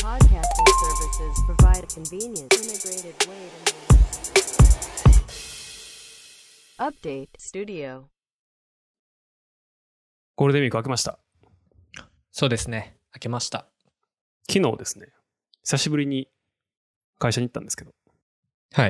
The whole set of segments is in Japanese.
podcasting services provide a convenient, integrated way to update studio. ゴールデンウィーク明けました。 そうですね。明けました。 昨日ですね、久しぶりに会社に行ったんですけど、 はい。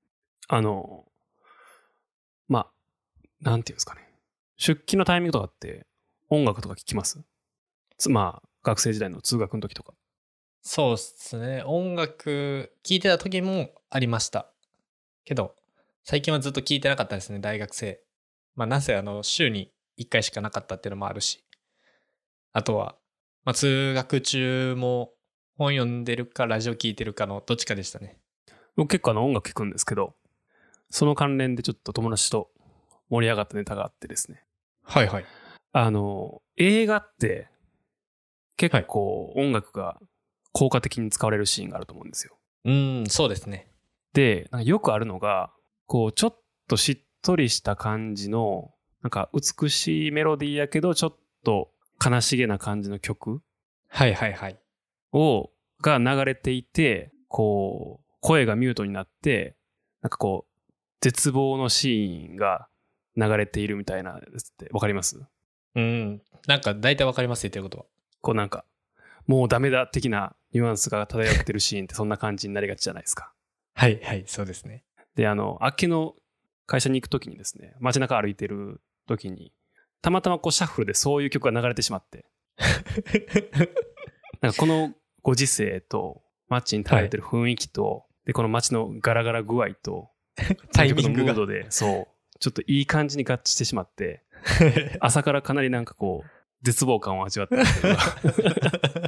まあ、なんていうんですかね。出勤のタイミングとかって音楽とか聞きます？まあ、学生時代の通学の時とか。 そうですね。音楽聴いてた時もありました。けど、最近はずっと聴いてなかったですね、大学生。なぜ週に1回しかなかったっていうのもあるし。あとは、通学中も本読んでるかラジオ聴いてるかのどっちかでしたね。 僕結構音楽聴くんですけど、その関連でちょっと友達と盛り上がったネタがあってですね。 はいはい。 映画って結構音楽が効果的に使われるシーンがあると思うんですよ。 そうですね。 で、なんかよくあるのが、こうちょっとしっとりした感じの、なんか美しいメロディーやけどちょっと悲しげな感じの曲はいはいはい。 が流れていて、こう声がミュートになって、なんかこう絶望のシーンが流れているみたいなですってわかります？ なんか大体わかります言ってることは。 こうなんかもうダメだ的なニュアンスが漂ってるシーンってそんな感じになりがちじゃないですか。 はいはい、そうですね。 で、明けの会社に行くときにですね、街中歩いてるときに、たまたまこうシャッフルでそういう曲が流れてしまって、なんかこのご時世と街に漂ってる雰囲気と、でこの街のガラガラ具合とタイミングがムードでそうちょっといい感じに合致してしまって朝からかなりなんかこう絶望感を味わったっていうのが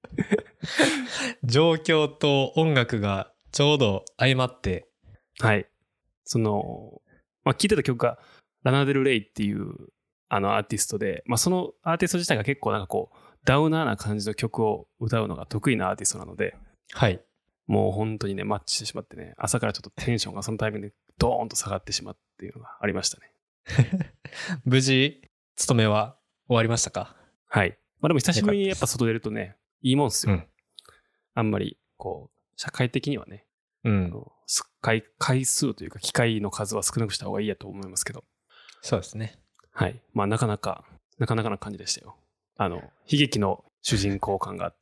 状況と音楽がちょうど相まって、 はい、聴いてた曲がラナデル・レイっていうアーティストで、そのアーティスト自体が結構なんかこうダウナーな感じの曲を歌うのが得意なアーティストなので、 はい、 もう本当にねマッチしてしまってね、朝からちょっとテンションがそのタイミングでドーンと下がってしまうっていうのがありましたね。 無事勤めは終わりましたか？ はい。でも久しぶりにやっぱ外出るとね、いいもんっすよ。あんまりこう社会的にはね、回数というか機会の数は少なくした方がいいやと思いますけど。 そうですね。 はい。なかなかな感じでしたよ。悲劇の主人公感があって。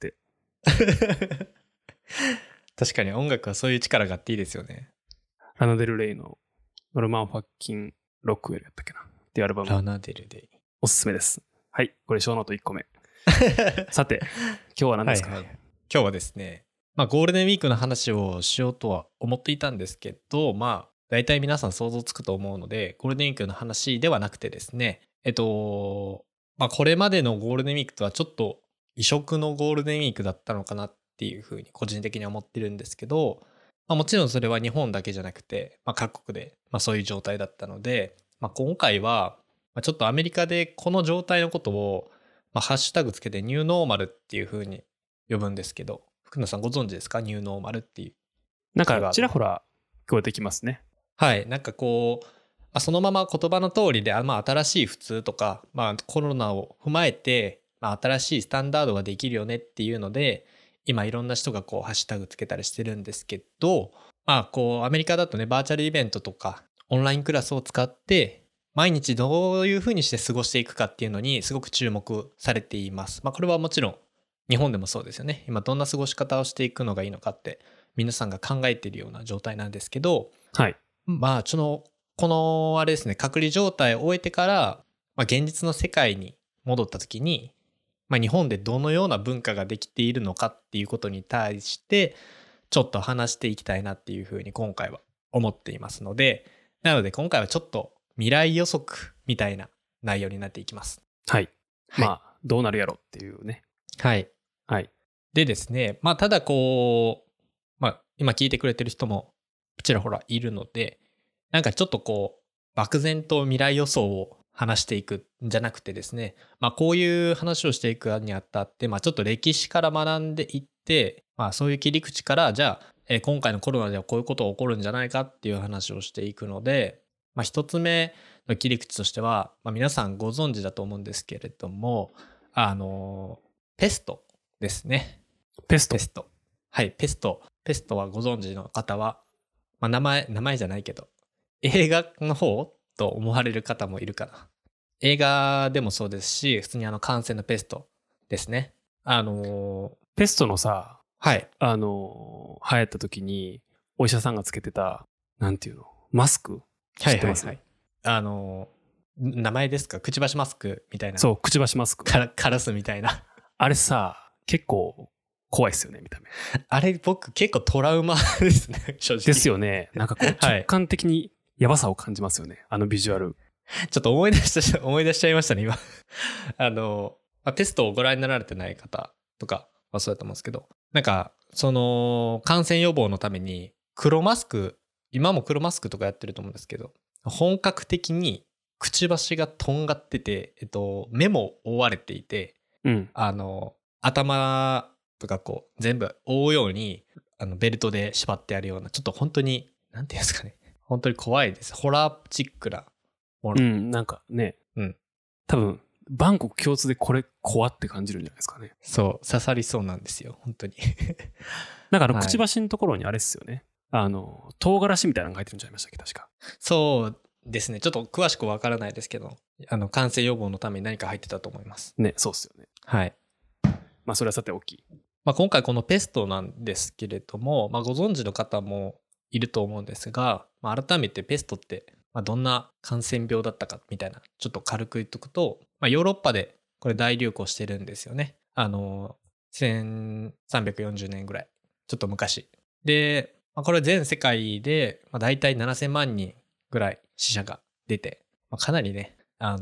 確かに音楽はそういう力があっていいですよね。 ラナデル・レイのノルマン・ファッキン・ロックウェルやったっけなっていうアルバム。 ラナデル・レイ。 おすすめです。はい。これ小ノート1個目。さて、今日は何ですか？ はいはい、今日はですね、ゴールデンウィークの話をしようとは思っていたんですけど、大体皆さん想像つくと思うので、ゴールデンウィークの話ではなくてですね、これまでのゴールデンウィークとはちょっと異色のゴールデンウィークだったのかなっていうふうに個人的には思ってるんですけど、もちろんそれは日本だけじゃなくて、各国で、そういう状態だったので、今回はちょっとアメリカでこの状態のことを、ハッシュタグつけてニューノーマルっていうふうに呼ぶんですけど、福野さんご存知ですか？ニューノーマルっていう。 なんかちらほら聞こえてきますね。 はい。なんかこう、そのまま言葉の通りで、新しい普通とか、コロナを踏まえて、新しいスタンダードができるよねっていうので、今いろんな人がこうハッシュタグつけたりしてるんですけど、こうアメリカだとね、バーチャルイベントとかオンラインクラスを使って毎日どういうふうにして過ごしていくかっていうのにすごく注目されています。これはもちろん日本でもそうですよね。今どんな過ごし方をしていくのがいいのかって皆さんが考えているような状態なんですけど、 はい。 このあれですね、隔離状態を終えてから、現実の世界に戻った時に、日本でどのような文化ができているのかっていうことに対してちょっと話していきたいなっていうふうに今回は思っていますので、なので今回はちょっと未来予測みたいな内容になっていきます。 はい。 はい、 どうなるやろっていうね。 はい。 はい。 でですね、ただこう、今聞いてくれてる人もちらほらいるので、なんかちょっとこう漠然と未来予想を話していくんじゃなくてですね、こういう話をしていくにあたって、ちょっと歴史から学んでいって、そういう切り口からじゃあ、今回のコロナではこういうことが起こるんじゃないかっていう話をしていくので、一つ目の切り口としては、皆さんご存知だと思うんですけれども、ペストですね。 ペストペ。スト。はい、ペスト。ペストはご存知の方は、まあ、名前じゃないけど、映画の方と思われる方もいるかな。映画でもそうですし、普通に感染のペストですね。 ペストのさ、 はい。 流行った時に、お医者さんがつけてた、なんていうの、マスク知ってます？ はい。名前ですか？くちばしマスクみたいな。 そう、くちばしマスク。 カラスみたいな。 あれさ、結構怖いっすよね、見た目。 あれ僕結構トラウマですね、正直。 ですよね。なんかこう、 はい直感的にやばさを感じますよね、あのビジュアル。 ちょっと思い出しちゃいましたね、今。ペストをご覧になられてない方とかはそうだと思うんですけど、なんか、その、感染予防のために、黒マスク、今も黒マスクとかやってると思うんですけど、本格的にくちばしがとんがってて、目も覆われていて、 うん。 頭とかこう、全部覆うように、ベルトで縛ってあるような、ちょっと本当に、なんていうんですかね。本当に怖いです。ホラーチックなもの。 うん、なんかね、 うん多分、バンコク共通でこれ怖って感じるんじゃないですかね。 そう、刺さりそうなんですよ、本当に。 なんかはいくちばしのところにあれっすよね。唐辛子みたいなのが入ってるんじゃないましたっけ、確か。 そうですね。ちょっと詳しくわからないですけど、感染予防のために何か入ってたと思います。 ね、そうっすよね。 はい。 まあ、それはさておき。 まあ、今回このペストなんですけれども、まあ、ご存知の方もいると思うんですが、まあ、改めてペストってどんな感染病だったかみたいな、ちょっと軽く言っとくと、まあ、ヨーロッパでこれ大流行してるんですよね。1340年ぐらい。ちょっと昔。で、まあ、これ全世界で、まあ、大体7000万人ぐらい死者が出て、まあ、かなりね、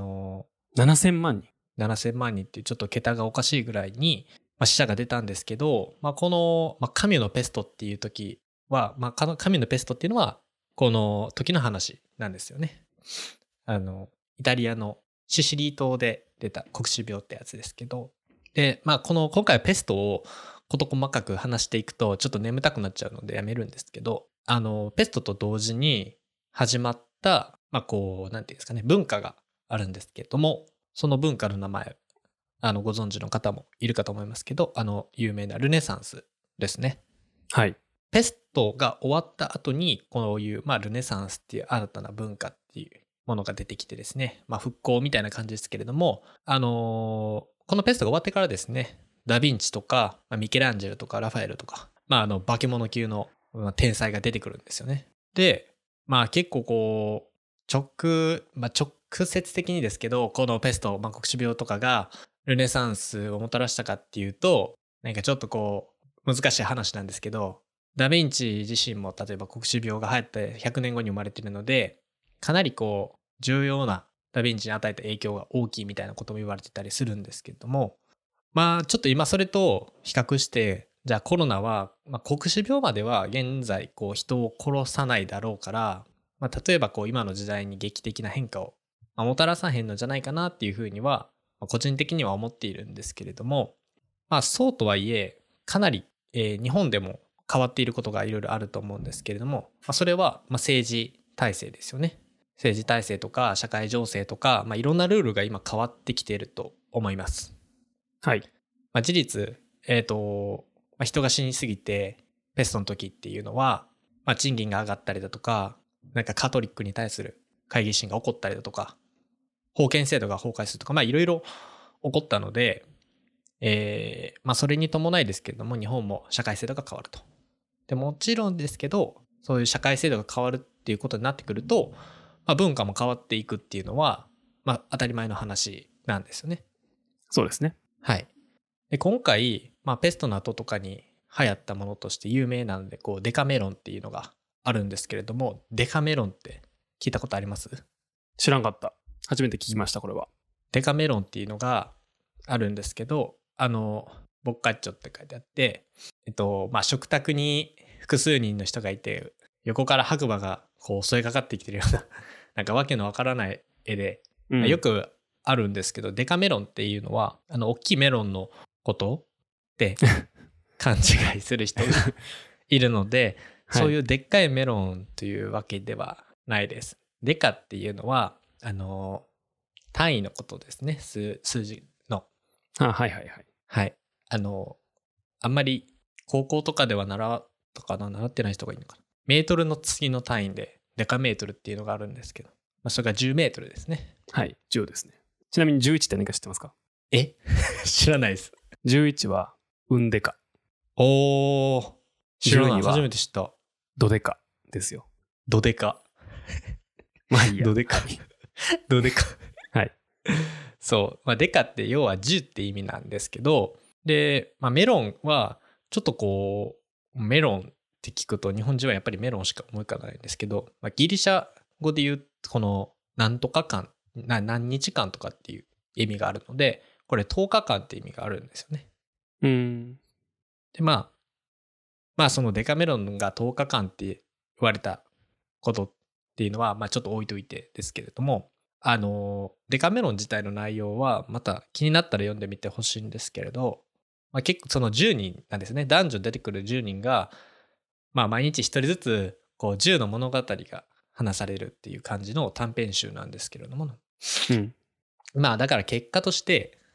7000万人。 7000万人っていうちょっと桁がおかしいぐらいに、まあ、死者が出たんですけど、まあ、この、まあ、神のペストっていう時は、まあ、神のペストっていうのは、この時の話なんですよね。イタリアのシシリー島で出た黒死病ってやつですけど、で、まあ、今回はペストを事細かく話していくと、ちょっと眠たくなっちゃうのでやめるんですけど、ペストと同時に始まった、まあ、こう、なんていうんですかね、文化があるんですけれども、その文化の名前、ご存知の方もいるかと思いますけど、有名なルネサンスですね。 はい。 ペストが終わった後に、こういう、まあ、ルネサンスっていう新たな文化っていうものが出てきてですね、まあ、復興みたいな感じですけれども、このペストが終わってからですね、ダ・ヴィンチとか、ミケランジェロとかラファエルとか、まあ、化け物級の天才が出てくるんですよね。で、まあ結構こう、直接的にですけど、このペスト、まあ、黒死病とかがルネサンスをもたらしたかっていうと、なんかちょっとこう、難しい話なんですけど、ダ・ヴィンチ自身も例えば黒死病が流行って100年後に生まれているので、かなりこう、重要なダ・ヴィンチに与えた影響が大きいみたいなことも言われてたりするんですけれども、まあちょっと今それと比較して、じゃあコロナは、まあ、黒死病までは現在こう人を殺さないだろうから、まあ、例えばこう今の時代に劇的な変化をもたらさへんのじゃないかなっていうふうには、個人的には思っているんですけれども、まあそうとはいえ、かなり、日本でも変わっていることがいろいろあると思うんですけれども、まあ、それは政治体制ですよね。政治体制とか社会情勢とか、まあ、いろんなルールが今変わってきていると思います。 はい。 まあ、事実、まあ、人が死にすぎて、ペストの時っていうのは、まあ、賃金が上がったりだとか、なんかカトリックに対する懐疑心が起こったりだとか、封建制度が崩壊するとか、まあいろいろ起こったので、まあそれに伴いですけれども、日本も社会制度が変わると。でもちろんですけど、そういう社会制度が変わるっていうことになってくると、まあ、文化も変わっていくっていうのは、まあ当たり前の話なんですよね。 そうですね。 はい。で今回、まあ、ペストの後とかに流行ったものとして有名なので、こうデカメロンっていうのがあるんですけれども、デカメロンって聞いたことあります？ 知らんかった。初めて聞きました、これは。 デカメロンっていうのがあるんですけど、ボッカッチョって書いてあって、まあ、食卓に複数人の人がいて、横から白馬がこう襲いかかってきてるような、なんかわけのわからない絵で、 うん、 よくあるんですけど、デカメロンっていうのは、大きいメロンのことって勘違いする人がいるので、 はい、 そういうでっかいメロンというわけではないです。デカっていうのは、単位のことですね。数字の。 はいはいはい。 はい。 あんまり高校とかでは習ってない人がいいのかな。メートルの次の単位でデカメートルっていうのがあるんですけど、それが10メートルですね。 はい、10ですね。ちなみに11って何か知ってますか？ 知らないです。 11はウンデカ。 おー、知らない。 12は初めて知った。 ドデカですよ。 ドデカ。 まあいいや。 ドデカ。ドデカ。 はい。 そう。デカって要は10って意味なんですけど、で、メロンはちょっとこう、メロンって聞くと日本人はやっぱりメロンしか思い浮かばないんですけど、ギリシャ語で言うこの何とか間、何日間とかっていう意味があるので、これ10日間って意味があるんですよね。で、そのデカメロンが10日間って言われたことっていうのは、ちょっと置いといてですけれども、デカメロン自体の内容はまた気になったら読んでみてほしいんですけれど、結構その10人なんですね。男女出てくる10人が、毎日一人ずつこう10の物語が話されるっていう感じの短編集なんですけれども、だから結果として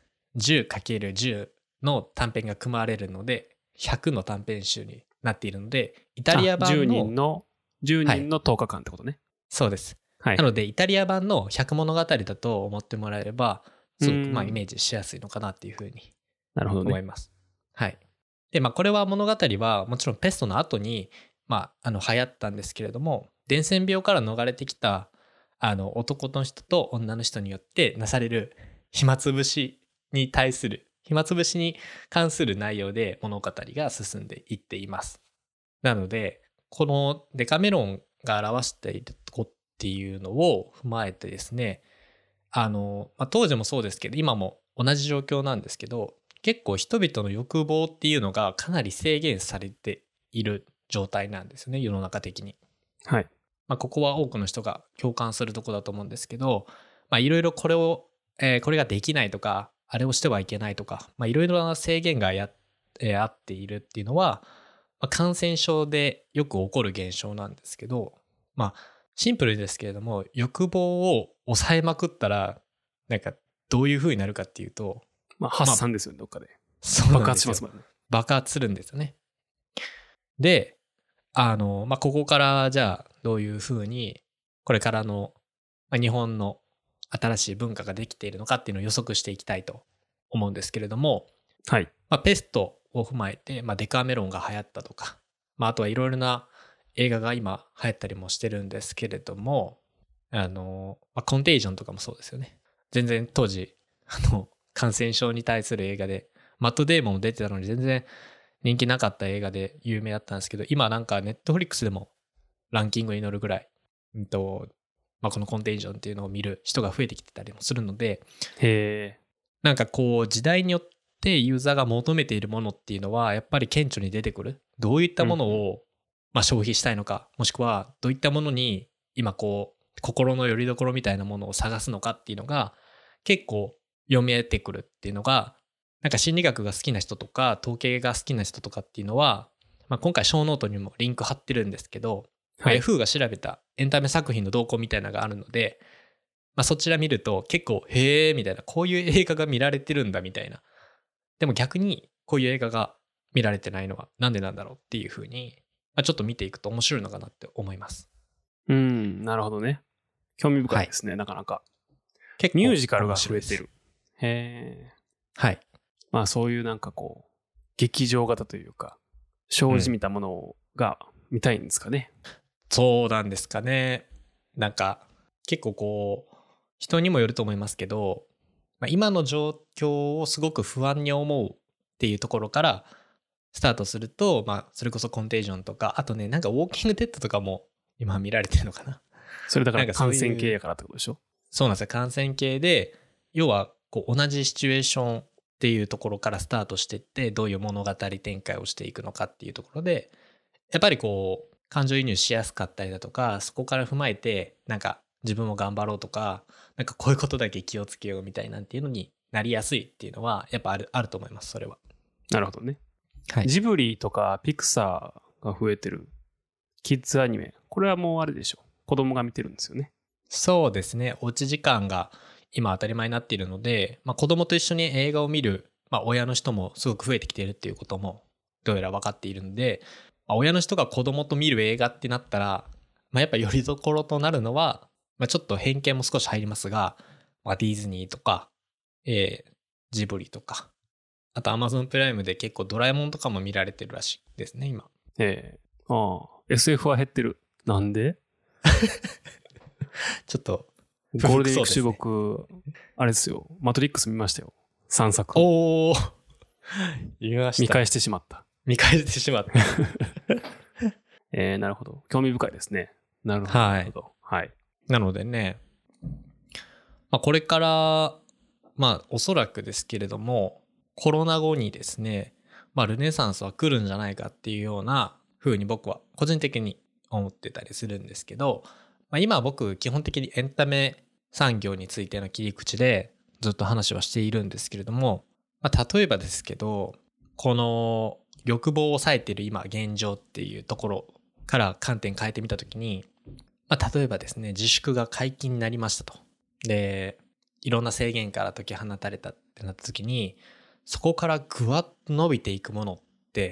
10×10 の短編が組まれるので100の短編集になっているので、イタリア版の 10人の10日間ってことね。 そうです。 はい、 なのでイタリア版の100物語だと思ってもらえればすごくイメージしやすいのかなっていうふうに思います。はい。で、これは物語はもちろんペストの後に流行ったんですけれども、伝染病から逃れてきた男の人と女の人によってなされる暇つぶしに関する内容で物語が進んでいっています。なのでこのデカメロンが表しているとこっていうのを踏まえてですね、当時もそうですけど今も同じ状況なんですけど、結構人々の欲望っていうのがかなり制限されている状態なんですよね、世の中的に。 はい。 ここは多くの人が共感するところだと思うんですけど、いろいろこれができないとか、あれをしてはいけないとか、いろいろな制限があっているっていうのは、感染症でよく起こる現象なんですけど、シンプルですけれども、欲望を抑えまくったら、どういう風になるかっていうと、 発散ですよね、どっかで。 爆発しますもんね。 爆発するんですよね。で、ここからじゃあどういう風にこれからの日本の新しい文化ができているのかっていうのを予測していきたいと思うんですけれども、 はい。 ペストを踏まえて、デカメロンが流行ったとか、あとはいろいろな映画が今流行ったりもしてるんですけれども、コンテージョンとかもそうですよね。全然当時感染症に対する映画でマット・デーモンも出てたのに全然人気なかった映画で有名だったんですけど、今ネットフリックスでもランキングに乗るぐらい、このコンテージョンっていうのを見る人が増えてきてたりもするので、時代によってユーザーが求めているものっていうのはやっぱり顕著に出てくる。どういったものを消費したいのか、もしくはどういったものに今心の拠り所みたいなものを探すのかっていうのが結構読めてくるっていうのが、心理学が好きな人とか統計が好きな人とかっていうのは、今回ショーノートにもリンク貼ってるんですけど、Yahoo が調べたエンタメ作品の動向みたいなのがあるので、そちら見ると結構へーみたいな、こういう映画が見られてるんだみたいな。でも逆にこういう映画が見られてないのはなんでなんだろうっていう風に、ちょっと見ていくと面白いのかなって思います。 なるほどね。興味深いですね、なかなか。結構ミュージカルが増えてる。へー。はい。そういう劇場型というか、障子見たものが見たいんですかね。 そうなんですかね。結構人にもよると思いますけど、今の状況をすごく不安に思うっていうところからスタートすると、それこそコンテージョンとか、あとね、ウォーキングデッドとかも今見られてるのかな。 それだから感染系やからってことでしょ。 そうなんですよ。感染系で、要は同じシチュエーションっていうところからスタートしていって、どういう物語展開をしていくのかっていうところで、やっぱり感情移入しやすかったりだとか、そこから踏まえて自分も頑張ろうとか、こういうことだけ気をつけようみたいなんていうのになりやすいっていうのはやっぱあると思います。それは。 なるほどね。 はい、 ジブリとかピクサーが増えてるキッズアニメ、これはもうあれでしょ。子供が見てるんですよね。 そうですね。おうち時間が今当たり前になっているので、子供と一緒に映画を見る、親の人もすごく増えてきているっていうこともどうやら分かっているので、親の人が子供と見る映画ってなったら、やっぱよりどころとなるのは、ちょっと偏見も少し入りますが、ディズニーとか、ジブリとか、あと Amazon プライムで結構ドラえもんとかも見られてるらしいですね、今。 SF は減ってる。なんで？ ちょっと、 ゴールデンウィーク中僕、あれですよ、マトリックス見ましたよ。3作。 おー見ました。 見返してしまった。 見返してしまった。 なるほど。興味深いですね。なるほど。 はい。 はい。 なのでね、これから、おそらくですけれども、コロナ後にですね、ルネサンスは来るんじゃないかっていうような風に僕は個人的に思ってたりするんですけど、今僕基本的にエンタメ産業についての切り口でずっと話はしているんですけれども、例えばですけど、この欲望を抑えている今現状っていうところから観点変えてみたときに、例えばですね、自粛が解禁になりましたと。で、いろんな制限から解き放たれたってなったときに、そこからぐわっと伸びていくものって、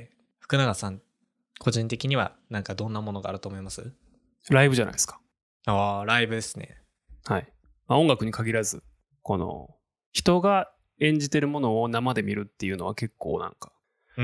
福永さん、個人的にはなんかどんなものがあると思います？ ライブじゃないですか。 ああ、ライブですね。 はい。音楽に限らず、この人が演じてるものを生で見るっていうのは結構なんか、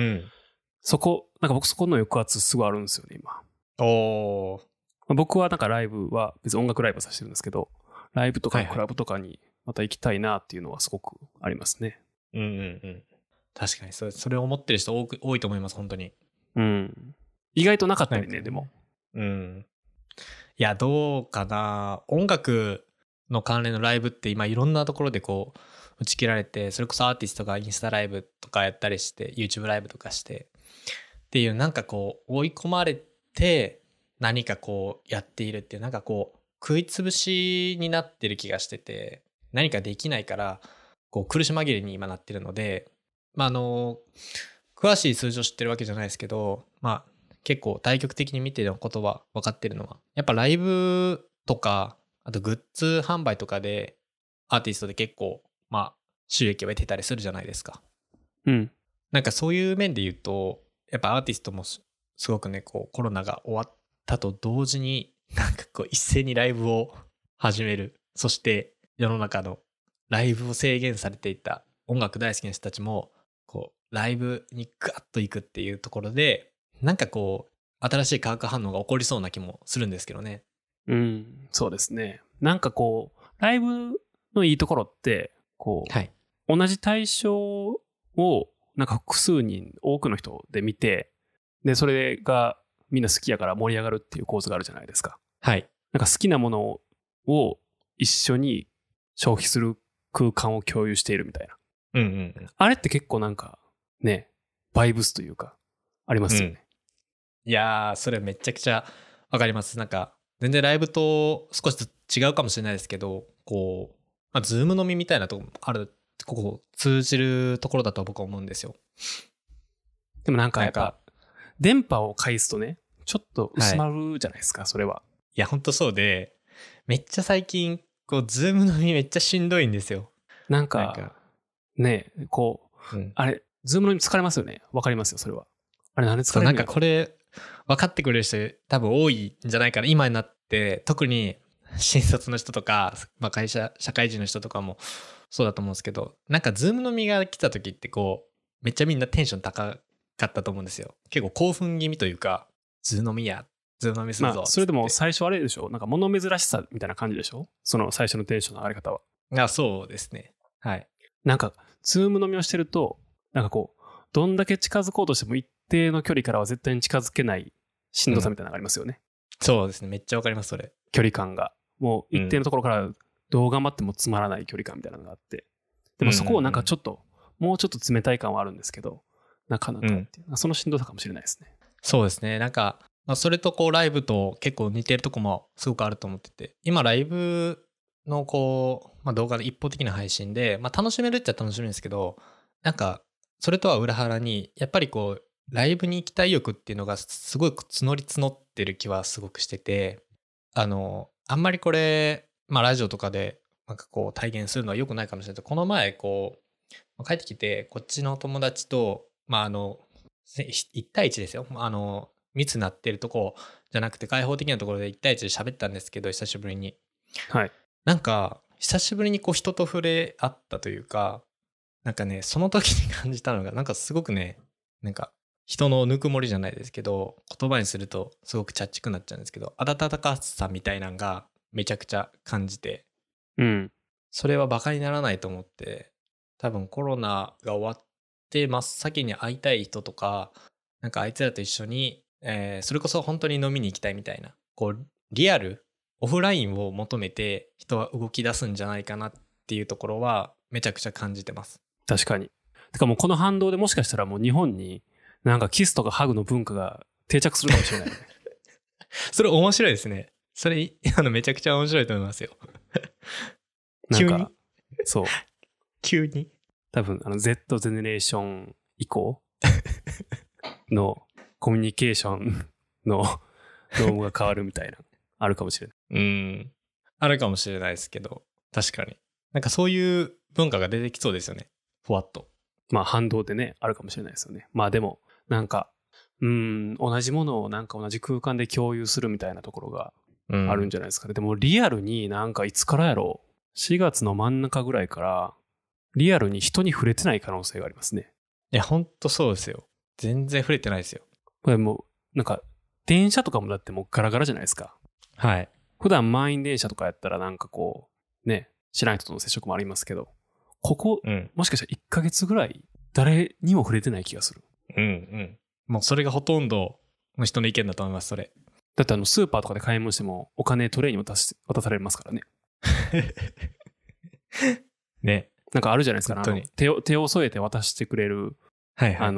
僕そこの抑圧すごいあるんですよね、今。僕はなんかライブは別に音楽ライブさせてるんですけど、ライブとかクラブとかにまた行きたいなっていうのはすごくありますね。 確かにそれを思ってる人多いと思います、本当に。 意外となかったりね、でも。 いや、どうかな。音楽の関連のライブって今いろんなところでこう打ち切られて、それこそアーティストがインスタライブとかやったりして、YouTube ライブとかしてっていう、なんかこう追い込まれて何かこうやっているっていう、なんかこう食いつぶしになってる気がしてて、何かできないからこう苦し紛れに今なってるので、詳しい数字を知ってるわけじゃないですけど、結構対極的に見てることは分かってるのは、やっぱライブとか、あとグッズ販売とかでアーティストで結構収益を得てたりするじゃないですか。なんかそういう面で言うと、やっぱアーティストもすごくね、こうコロナが終わったと同時になんかこう一斉にライブを始める。そして世の中のライブを制限されていた音楽大好きな人たちもこうライブにガッと行くっていうところで、なんかこう新しい化学反応が起こりそうな気もするんですけどね。 そうですね。なんかこうライブのいいところってこう、同じ対象をなんか複数人多くの人で見て、でそれがみんな好きやから盛り上がるっていう構図があるじゃないですか。なんか好きなものを一緒に消費する空間を共有しているみたいな。あれって結構なんかね、バイブスというかありますよね。 いやー、それめちゃくちゃわかります。なんか全然ライブと少し違うかもしれないですけど、こう、ズーム飲みみたいなとこある、ここ通じるところだと僕は思うんですよ。 でもなんかやっぱ電波を介すとね、ちょっと薄まるじゃないですか、それは。 いや、ほんとそうで、めっちゃ最近こうズーム飲みめっちゃしんどいんですよ。 なんかね、こう、あれズーム飲み疲れますよね。わかりますよ、それは。あれなんで疲れるの？ なんかこれ分かってくれる人多分多いんじゃないかな、今になって。特に新卒の人とか、社会人の人とかもそうだと思うんですけど、なんかズーム飲みが来た時ってこうめっちゃみんなテンション高かったと思うんですよ。結構興奮気味というか、ズーム飲みするぞ。 それでも最初あれでしょ、なんか物珍しさみたいな感じでしょ、その最初のテンションの上がり方は。 そうですね。 なんかズーム飲みをしてると、なんかこうどんだけ近づこうとしても一定の距離からは絶対に近づけないしんどさみたいなのがありますよね。 そうですね。めっちゃわかります、それ。 距離感がもう一定のところからどう頑張ってもつまらない距離感みたいなのがあって、でもそこをなんかちょっと、もうちょっと冷たい感はあるんですけど、なかなかっていう、そのしんどさかもしれないですね。 そうですね。なんか、それとこうライブと結構似てるとこもすごくあると思ってて、今ライブのこう、動画の一方的な配信で、楽しめるっちゃ楽しめるんですけど、なんかそれとは裏腹にやっぱりこうライブに行きたい欲っていうのがすごい募ってる気はすごくしてて、あんまりこれ、ラジオとかでなんかこう体現するのは良くないかもしれないけど、この前こう帰ってきてこっちの友達と 1対1ですよ。密なってるとこじゃなくて開放的なところで1対1で喋ったんですけど、久しぶりに。 はい。 なんか、久しぶりにこう人と触れ合ったというか、なんかね、その時に感じたのが、なんかすごくね、なんか人のぬくもりじゃないですけど、言葉にするとすごくチャッチくなっちゃうんですけど、温かさみたいなのがめちゃくちゃ感じて、 うん。 それはバカにならないと思って、多分コロナが終わって真っ先に会いたい人とか、なんかあいつらと一緒に、それこそ本当に飲みに行きたいみたいな、こう、リアル、オフラインを求めて人は動き出すんじゃないかなっていうところはめちゃくちゃ感じてます。 確かに。てかもうこの反動でもしかしたらもう日本になんかキスとかハグの文化が定着するかもしれない、ね。 それ面白いですね。それ、めちゃくちゃ面白いと思いますよ。 なんか急にそう。 急に多分Z ゼネレーション以降のコミュニケーションのノームが変わるみたいな、あるかもしれない。 あるかもしれないですけど、確かに。なんかそういう文化が出てきそうですよね。ふわっと。 まあ反動でね、あるかもしれないですよね。まあでも、なんか、同じものをなんか同じ空間で共有するみたいなところがあるんじゃないですかね。でもリアルになんかいつからやろう、4月の真ん中ぐらいからリアルに人に触れてない可能性がありますね。 いや、ほんとそうですよ。全然触れてないですよ。 これもう、なんか、電車とかもだってもうガラガラじゃないですか。 はい。 普段満員電車とかやったらなんかこう、ね、知らない人との接触もありますけど、ここ、もしかしたら1ヶ月ぐらい誰にも触れてない気がする。 もうそれがほとんどの人の意見だと思います、それ。 だってスーパーとかで買い物してもお金トレイに渡されますからね。 ね。 なんかあるじゃないですか。 本当に手を添えて渡してくれる、 はいはい。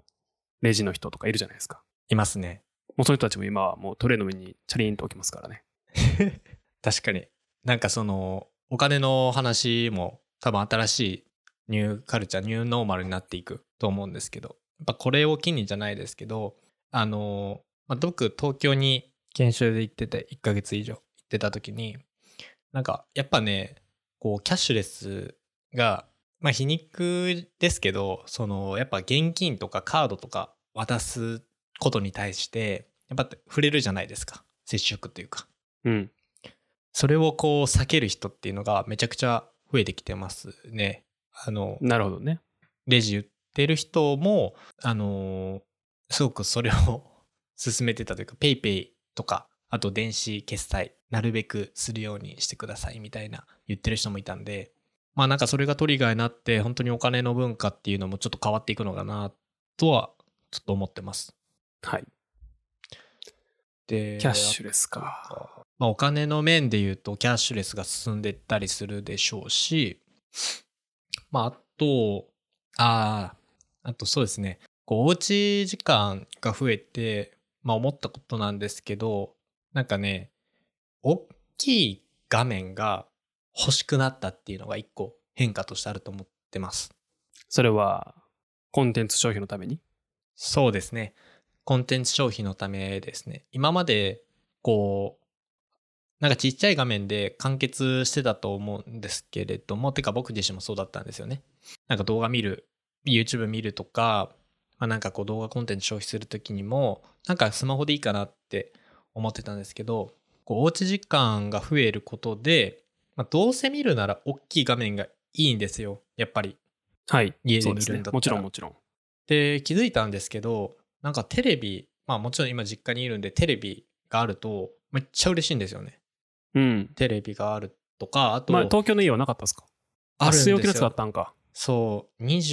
レジの人とかいるじゃないですか。 いますね。 もうその人たちも今はもうトレイの上にチャリーンと置きますからね。 確かに。なんかお金の話も多分新しいニューカルチャー、ニューノーマルになっていくと思うんですけど、やっぱこれを機にじゃないですけど、僕東京に研修で行ってて1ヶ月以上行ってた時に、なんかやっぱね、こうキャッシュレスが、まあ皮肉ですけど、やっぱ現金とかカードとか渡すことに対して、やっぱ触れるじゃないですか。接触というか。それをこう避ける人っていうのがめちゃくちゃ増えてきてますね。 なるほどね。 レジ売ってる人も、すごくそれを進めてたというか、ペイペイとか、あと電子決済、なるべくするようにしてくださいみたいな言ってる人もいたんで、まあなんかそれがトリガーになって、本当にお金の文化っていうのもちょっと変わっていくのかなとはちょっと思ってます。 はい。 で、 キャッシュレスか。 まあお金の面で言うとキャッシュレスが進んでいったりするでしょうし、まああとそうですね。こうおうち時間が増えて、まあ思ったことなんですけど、なんかね、大きい画面が欲しくなったっていうのが一個変化としてあると思ってます。 それはコンテンツ消費のために？ そうですね。コンテンツ消費のためですね。今までこうなんかちっちゃい画面で完結してたと思うんですけれども、てか僕自身もそうだったんですよね。なんか動画見る、YouTube 見るとか、まあ、なんかこう動画コンテンツ消費するときにも、なんかスマホでいいかなって思ってたんですけど、こうおうち時間が増えることで、まあ、どうせ見るなら大きい画面がいいんですよ。やっぱり。 はい。 家で見るんだったら。 ね、もちろんもちろん。 で、気づいたんですけど、なんかテレビ、まあもちろん今実家にいるんでテレビがあるとめっちゃ嬉しいんですよね。テレビがあるとか、あと、 まあ、東京の家はなかったですか？ あるんですよ。 据え置きのやつがあったんか。 そう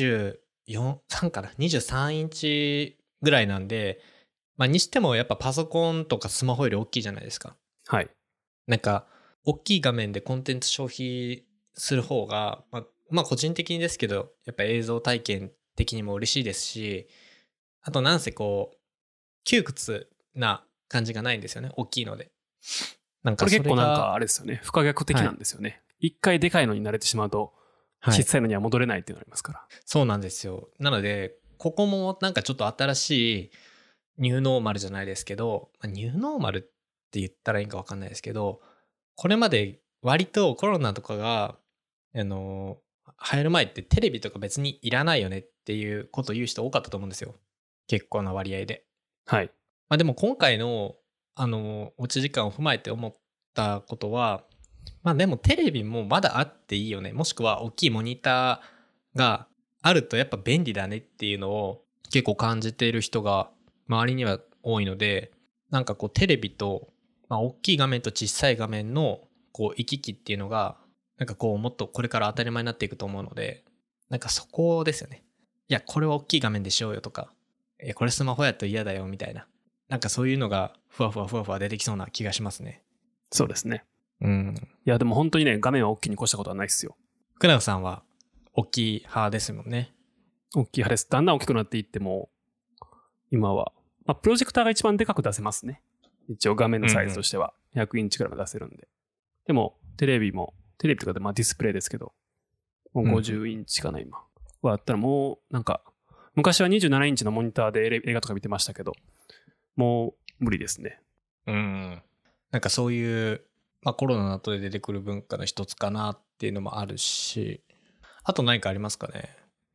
、3かな ?23 インチぐらいなんで、まあにしてもやっぱパソコンとかスマホより大きいじゃないですか。 はい。 なんか、大きい画面でコンテンツ消費する方が、まあ個人的にですけど、やっぱ映像体験的にも嬉しいですし、あとなんせこう、窮屈な感じがないんですよね。大きいので。なんかこれ結構なんかあれですよね。不可逆的なんですよね。一回でかいのに慣れてしまうと、小さいのには戻れないっていうのがありますから。 そうなんですよ。なので、ここもなんかちょっと新しいニューノーマルじゃないですけど、ニューノーマルって言ったらいいか分かんないですけど、これまで割とコロナとかが、流行る前ってテレビとか別にいらないよねっていうことを言う人多かったと思うんですよ。 結構な割合で。 はい。 まあでも今回のおうち時間を踏まえて思ったことは、まあでもテレビもまだあっていいよね。もしくは大きいモニターがあるとやっぱ便利だねっていうのを結構感じている人が周りには多いので、なんかこうテレビと、まあ、大きい画面と小さい画面のこう行き来っていうのがなんかこうもっとこれから当たり前になっていくと思うので、なんかそこですよね。いやこれは大きい画面でしようよとか、いやこれスマホやと嫌だよみたいな、なんかそういうのがふわふわ出てきそうな気がしますね。 そうですね。 うん。 いや、でも本当にね、画面は大きいに越したことはないですよ。 福永さんは大きい派ですもんね。 大きい派です。だんだん大きくなっていっても、今は、まあ、プロジェクターが一番でかく出せますね。一応画面のサイズとしては100インチくらいまで出せるんで。でも、テレビとかでまあディスプレイですけど、もう50インチかな、今。はあったらもう、なんか、昔は27インチのモニターで映画とか見てましたけど、もう無理ですね。 うん。なんかそういう、まあコロナの後で出てくる文化の一つかなっていうのもあるし、あと何かありますかね。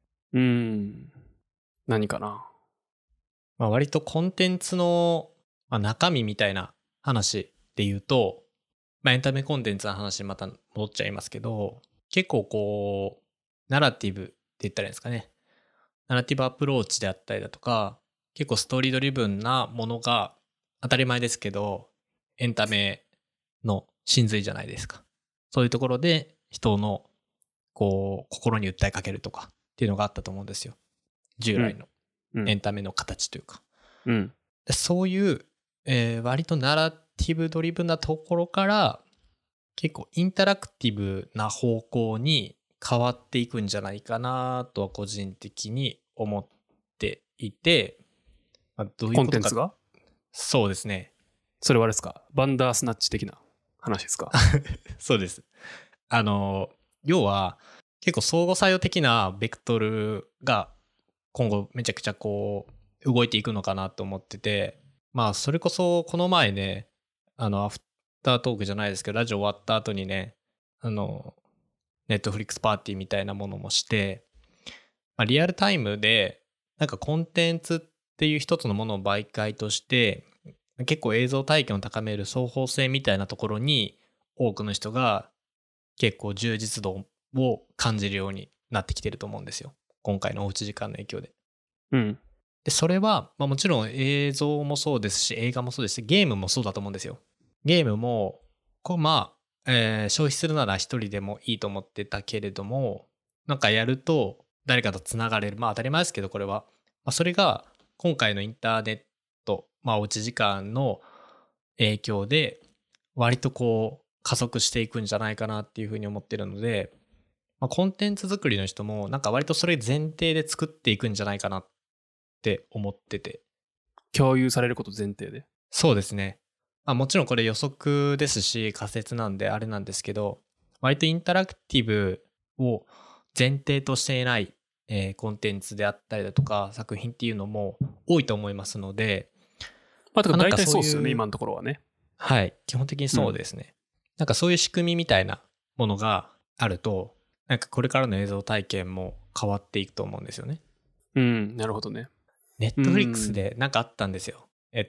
何かな。 まあ割とコンテンツの、まあ、中身みたいな話で言うと、まあエンタメコンテンツの話にまた戻っちゃいますけど、結構こう、ナラティブって言ったらいいんですかね。ナラティブアプローチであったりだとか、結構ストーリードリブンなものが当たり前ですけど、エンタメの真髄じゃないですか。そういうところで人のこう心に訴えかけるとかっていうのがあったと思うんですよ。従来のエンタメの形というか。でそういう、割とナラティブドリブンなところから結構インタラクティブな方向に変わっていくんじゃないかなとは個人的に思っていて、まあ、どういうことか。 コンテンツが？ そうですね。 それはあれですか？バンダースナッチ的な話ですか？ そうです。要は結構相互作用的なベクトルが今後めちゃくちゃこう動いていくのかなと思ってて、まあそれこそこの前ね、アフタートークじゃないですけど、ラジオ終わった後にね、ネットフリックスパーティーみたいなものもして、まあ、リアルタイムでなんかコンテンツっていう一つのものを媒介として結構映像体験を高める双方性みたいなところに多くの人が結構充実度を感じるようになってきてると思うんですよ。今回のおうち時間の影響で。で、それは、まあ、もちろん映像もそうですし、映画もそうですし、ゲームもそうだと思うんですよ。ゲームも、消費するなら一人でもいいと思ってたけれども、なんかやると誰かとつながれる。まあ当たり前ですけど、これは。まあ、それが今回のインターネット、まあおうち時間の影響で、割とこう加速していくんじゃないかなっていうふうに思ってるので、まあ、コンテンツ作りの人もなんか割とそれ前提で作っていくんじゃないかなって思ってて。 共有されること前提で。 そうですね。まあ、もちろんこれ予測ですし仮説なんであれなんですけど、割とインタラクティブを前提としていない、コンテンツであったりだとか作品っていうのも多いと思いますので、 まあ、だから大体そうですよね、今のところはね。 はい、基本的にそうですね。なんかそういう仕組みみたいなものがあると、なんかこれからの映像体験も変わっていくと思うんですよね。 なるほどね。 ネットフリックスでなんかあったんですよ。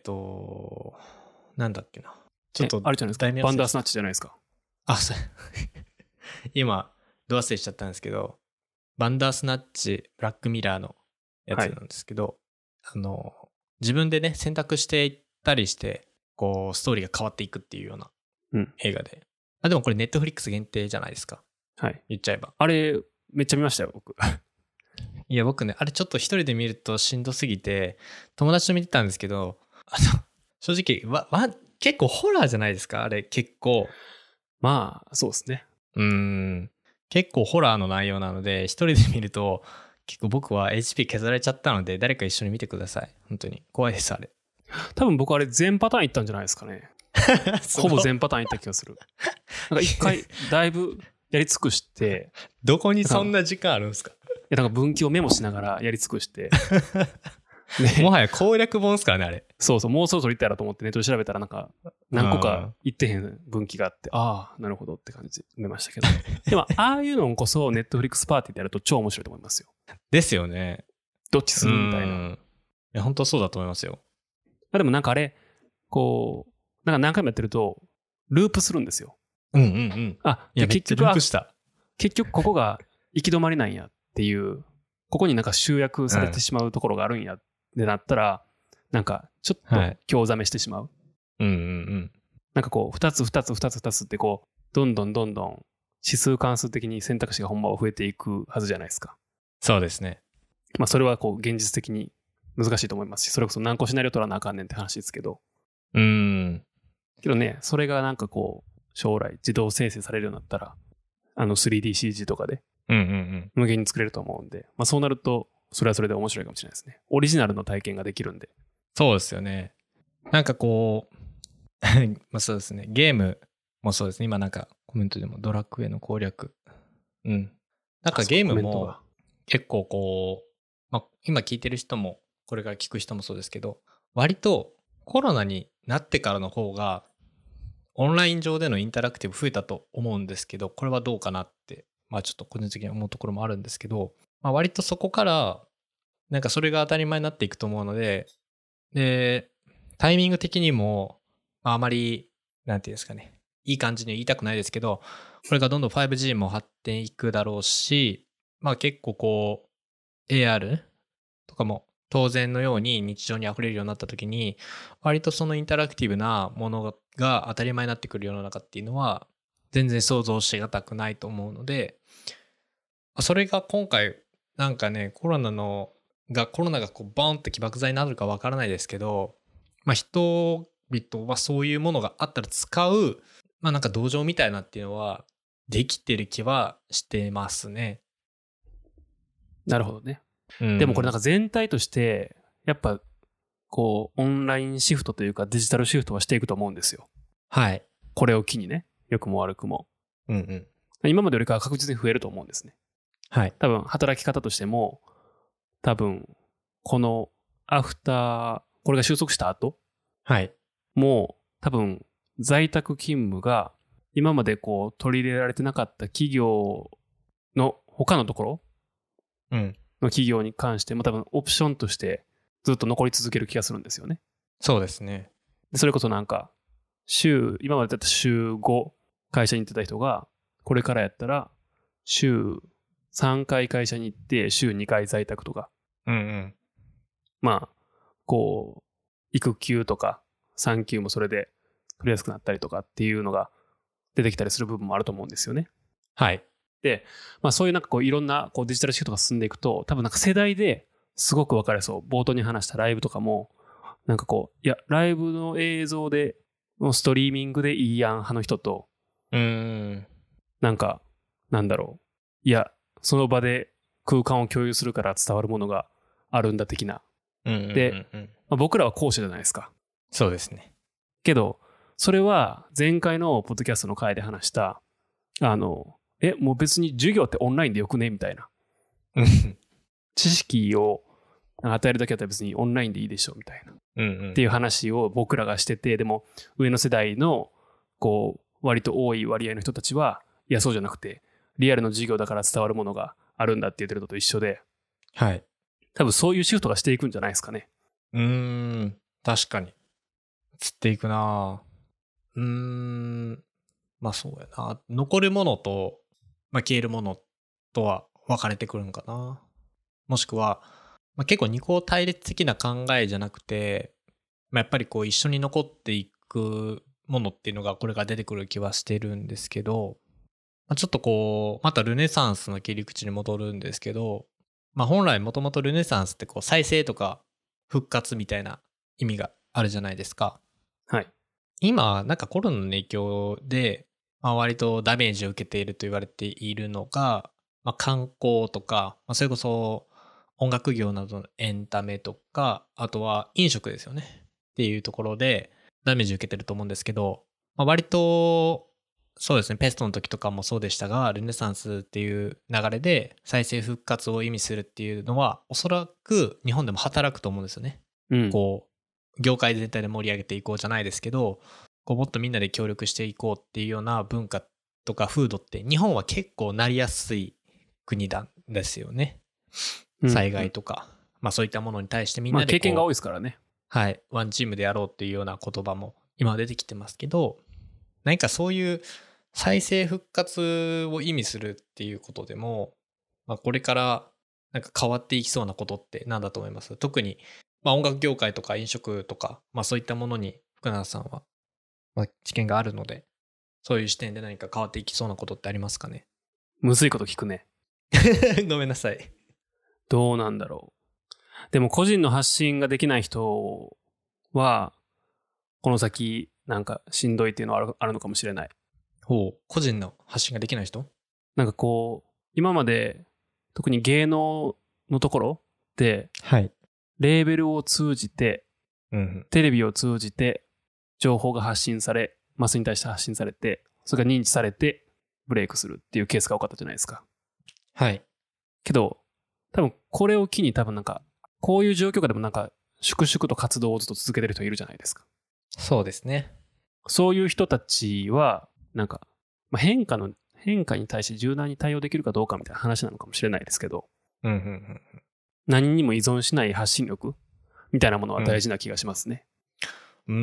なんだっけな。ちょっとあるじゃないですか。バンダースナッチじゃないですか。 あ、そう。今、ど忘れしちゃったんですけど、バンダースナッチ、ブラックミラーのやつなんですけど、自分でね、選択していったりして、こう、ストーリーが変わっていくっていうような映画で。でもこれネットフリックス限定じゃないですか。 はい。 言っちゃえば。 あれ、めっちゃ見ましたよ、僕。 いや、僕ね、あれちょっと一人で見るとしんどすぎて、友達と見てたんですけど、正直、結構ホラーじゃないですか、あれ結構。 まあ、そうですね。 結構ホラーの内容なので、一人で見ると、結構僕は HP 削られちゃったので、誰か一緒に見てください。本当に。怖いです、あれ。 多分僕あれ全パターンいったんじゃないですかね。ほぼ全パターンいった気がする。なんか一回、だいぶやり尽くして、 どこにそんな時間あるんですか？ いや、なんか分岐をメモしながらやり尽くして。 もはや攻略本ですからね、あれ。 そうそう、もうそろそろ行ったらと思ってネットで調べたらなんか何個か行ってへん分岐があって、ああ、なるほどって感じで見ましたけど。でも、ああいうのこそネットフリックスパーティーでやると超面白いと思いますよ。 ですよね。 どっちするみたいな。 や本当そうだと思いますよ。 でもなんかあれ、こう、なんか何回もやってると、ループするんですよ。 うんうんうん。いや、めっちゃループした。 結局ここが行き止まりなんやっていう、ここになんか集約されてしまうところがあるんやってなったら、なんかちょっと興ざめしてしまう。 うんうんうん。 なんかこう、2つってこう、どんどん指数関数的に選択肢がほんまは増えていくはずじゃないですか。 そうですね。 まあそれはこう、現実的に難しいと思いますし、それこそ何個シナリオ取らなあかんねんって話ですけど。けどね、それがなんかこう、将来自動生成されるようになったら、3DCG とかで、無限に作れると思うんで、まあそうなると、それはそれで面白いかもしれないですね。オリジナルの体験ができるんで。 そうですよね。なんかこう、まあそうですね。ゲームもそうですね。今なんかコメントでもドラクエの攻略。なんかゲームも結構こう、まあ今聞いてる人も、これから聞く人もそうですけど、割とコロナになってからの方が、オンライン上でのインタラクティブ増えたと思うんですけど、これはどうかなって、まあちょっと個人的に思うところもあるんですけど、まあ割とそこから、なんかそれが当たり前になっていくと思うので、で、タイミング的にも、あまり、なんていうんですかね、いい感じに言いたくないですけど、これがどんどん 5G も発展いくだろうし、まあ結構こう、AR とかも当然のように日常に溢れるようになった時に、割とそのインタラクティブなものが当たり前になってくる世の中っていうのは、全然想像しがたくないと思うので、それが今回、なんかね、コロナがこうボンって起爆剤になるかわからないですけど、まあ人々はそういうものがあったら使う、まあなんか同情みたいなっていうのはできてる気はしてますね。 なるほどね。でもこれなんか全体として、やっぱこうオンラインシフトというかデジタルシフトはしていくと思うんですよ。 はい。 これを機にね、良くも悪くも。今までよりかは確実に増えると思うんですね。 はい。 多分働き方としても、多分このアフター、これが収束した後、 はい。 もう多分在宅勤務が今までこう取り入れられてなかった企業の他のところの企業に関しても多分オプションとしてずっと残り続ける気がするんですよね。 そうですね。 それこそなんか今までだった週5会社に行ってた人がこれからやったら週3回会社に行って週2回在宅とか、まあこう育休とか産休もそれで取りやすくなったりとかっていうのが出てきたりする部分もあると思うんですよね。 はい。 で、まあそういうなんかこういろんなこうデジタルシフトが進んでいくと、多分なんか世代ですごく分かれそう。冒頭に話したライブとかも、なんかこう、いや、ライブの映像で、ストリーミングでいいやん派の人と、なんか、なんだろう。いや、その場で空間を共有するから伝わるものがあるんだ的な。で、まあ、僕らは後者じゃないですか。 そうですね。 けど、それは前回のポッドキャストの回で話した、もう別に授業ってオンラインでよくねみたいな。知識を与えるだけだったら別にオンラインでいいでしょみたいな。っていう話を僕らがしてて、でも上の世代のこう割と多い割合の人たちは、いやそうじゃなくて、リアルの授業だから伝わるものがあるんだって言ってるのと一緒で、 はい。 多分そういうシフトがしていくんじゃないですかね。 確かに。移っていくな。まあそうやな。残るものと、まあ、消えるものとは分かれてくるんかな。もしくは、まあ、結構二項対立的な考えじゃなくて、まあ、やっぱりこう一緒に残っていくものっていうのがこれから出てくる気はしてるんですけど、まあ、ちょっとこうまたルネサンスの切り口に戻るんですけど、まあ、本来もともとルネサンスってこう再生とか復活みたいな意味があるじゃないですか。 はい。 今なんかコロナの影響で、まあ、割とダメージを受けていると言われているのが、まあ、観光とか、まあ、それこそ音楽業などのエンタメとか、あとは飲食ですよねっていうところでダメージを受けてると思うんですけど、まあ、割とそうですね、ペストの時とかもそうでしたが、ルネサンスっていう流れで再生復活を意味するっていうのは、おそらく日本でも働くと思うんですよね。こう業界全体で盛り上げていこうじゃないですけど、こうもっとみんなで協力していこうっていうような文化とか風土って日本は結構なりやすい国なんですよね。災害とか、 まあそういったものに対してみんまあなでこう、 経験が多いですからね。 はい、ワンチームでやろうっていうような言葉も今は出てきてますけど、何かそういう再生復活を意味するっていうことでも、まあ、これからなんか変わっていきそうなことって何だと思います？特に、まあ、音楽業界とか飲食とか、まあ、そういったものに福永さんは、まあ、知見があるので、そういう視点で何か変わっていきそうなことってありますかね？ むずいこと聞くね。 ごめんなさい。 どうなんだろう。でも個人の発信ができない人は、この先なんかしんどいっていうのはあるのかもしれない。 ほう。個人の発信ができない人？ なんかこう、今まで特に芸能のところで、 はい。 レーベルを通じて、 うんテレビを通じて情報が発信され、マスに対して発信されて、それが認知されてブレイクするっていうケースが多かったじゃないですか。 はい。 けど、多分これを機に多分なんか、こういう状況下でもなんか、粛々と活動をずっと続けてる人いるじゃないですか。 そうですね。 そういう人たちは、なんか、まあ、変化に対して柔軟に対応できるかどうかみたいな話なのかもしれないですけど、 うんうんうん。 何にも依存しない発信力みたいなものは大事な気がしますね。 うんうん。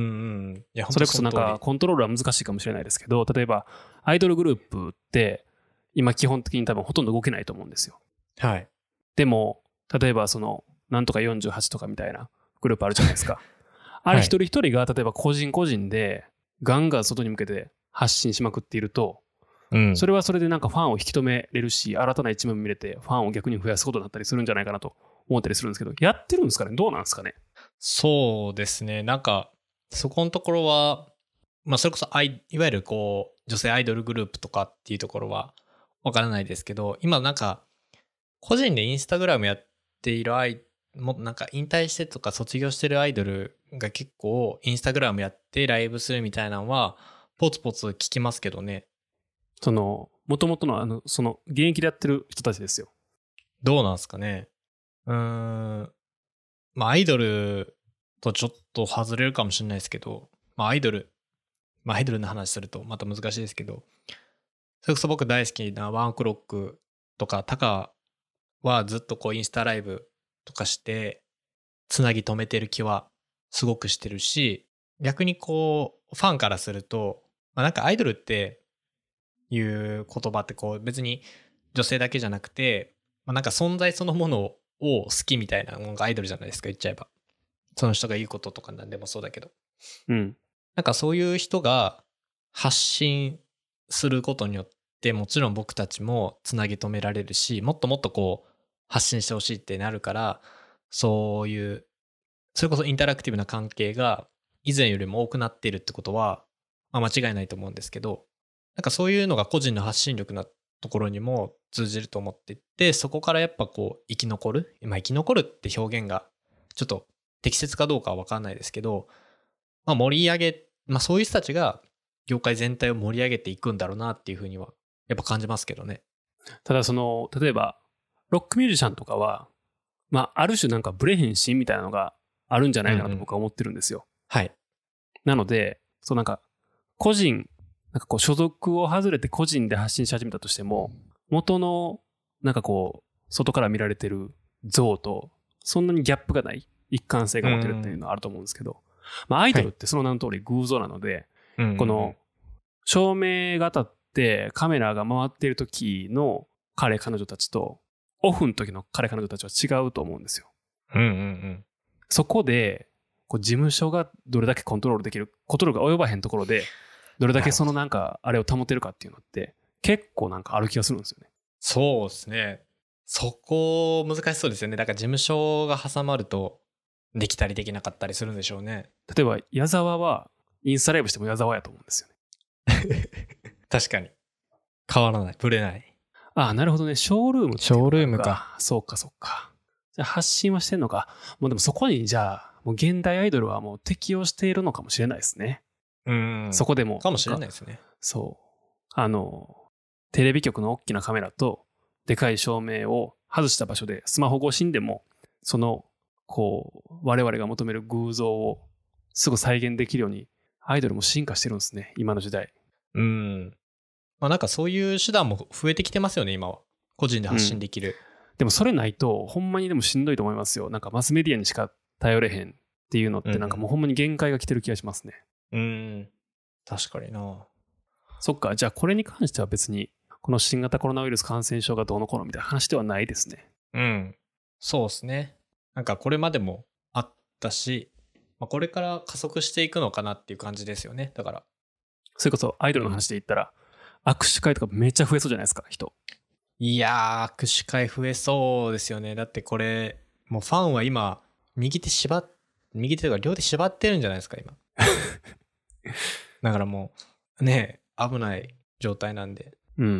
いや、 それこそなんかコントロールは難しいかもしれないですけど、例えばアイドルグループって今基本的に多分ほとんど動けないと思うんですよ。 はい。 でも、例えばその、なんとか48とかみたいなグループあるじゃないですか。あれ一人一人が例えば個人個人でガンガン外に向けて発信しまくっていると、それはそれでなんかファンを引き止めれるし、新たな一面も見れてファンを逆に増やすことになったりするんじゃないかなと思ったりするんですけど、やってるんですかね？どうなんですかね？ そうですね。なんか、そこのところは、まあ、それこそいわゆるこう、女性アイドルグループとかっていうところはわからないですけど、今なんか、個人でインスタグラムやっているもなんか引退してとか卒業してるアイドルが結構インスタグラムやってライブするみたいなのは、ポツポツ聞きますけどね。 その、もともとのその、現役でやってる人たちですよ。 どうなんですかね。まあ、アイドルとちょっと外れるかもしれないですけど、まあ、アイドルの話するとまた難しいですけど、それこそ僕大好きなワンオクロックとかタカはずっとこうインスタライブとかしてつなぎ止めてる気はすごくしてるし、逆にこうファンからすると、まあ、なんかアイドルっていう言葉ってこう別に女性だけじゃなくて、まあ、なんか存在そのものを好きみたいなものがアイドルじゃないですか、言っちゃえば。その人が言うこととかなんでもそうだけど。 うん。 なんかそういう人が発信することによってもちろん僕たちもつなぎ止められるし、もっともっとこう発信してほしいってなるから、そういうそれこそインタラクティブな関係が以前よりも多くなっているってことは、まあ、間違いないと思うんですけど、なんかそういうのが個人の発信力なところにも通じると思っていて、そこからやっぱこう生き残る、まあ、生き残るって表現がちょっと適切かどうかは分かんないですけど、まあ、まあそういう人たちが業界全体を盛り上げていくんだろうなっていうふうにはやっぱ感じますけどね。 ただその、例えば、ロックミュージシャンとかは、まあ、ある種なんかブレへんシーンみたいなのがあるんじゃないかなと僕は思ってるんですよ。 はい。 なので、そうなんか、なんかこう所属を外れて個人で発信し始めたとしても、元の、なんかこう、外から見られてる像と、そんなにギャップがない、一貫性が持てるっていうのはあると思うんですけど、まあアイドルってその名の通り偶像なので、この、照明が当たってカメラが回っている時の彼女たちと、オフの時の彼女たちは違うと思うんですよ。そこで、こう事務所がどれだけコントロールできる、コントロールが及ばへんところで、どれだけそのなんか、あれを保てるかっていうのって、結構なんかある気がするんですよね。 そうですね。そこ難しそうですよね。だから事務所が挟まると、できたりできなかったりするんでしょうね。 例えば、矢沢は、インスタライブしても矢沢やと思うんですよね。 確かに。変わらない。ぶれない。 ああ、なるほどね。ショールームっていうのがショールームか。 そうか、そうか。じゃあ発信はしてんのか。もうでもそこに、じゃあ、もう現代アイドルはもう適応しているのかもしれないですね。そこでも。 かもしれないですね。 そう。テレビ局の大きなカメラと、でかい照明を外した場所で、スマホ越しにでも、その、こう、我々が求める偶像をすぐ再現できるように、アイドルも進化してるんですね、今の時代。 まあなんかそういう手段も増えてきてますよね、今は。個人で発信できる。 でもそれないとほんまにでもしんどいと思いますよ。なんかマスメディアにしか頼れへんっていうのってなんかもうほんまに限界が来てる気がしますね。 確かにな。 そっか、じゃあこれに関しては別にこの新型コロナウイルス感染症がどうのこうのみたいな話ではないですね。 そうですね。なんかこれまでもあったし、これから加速していくのかなっていう感じですよね。だからそれこそアイドルの話で言ったら、握手会とかめっちゃ増えそうじゃないですか、人。 いやー、握手会増えそうですよね。だってこれもうファンは今右手というか両手縛ってるんじゃないですか今。だからもうね、危ない状態なんで。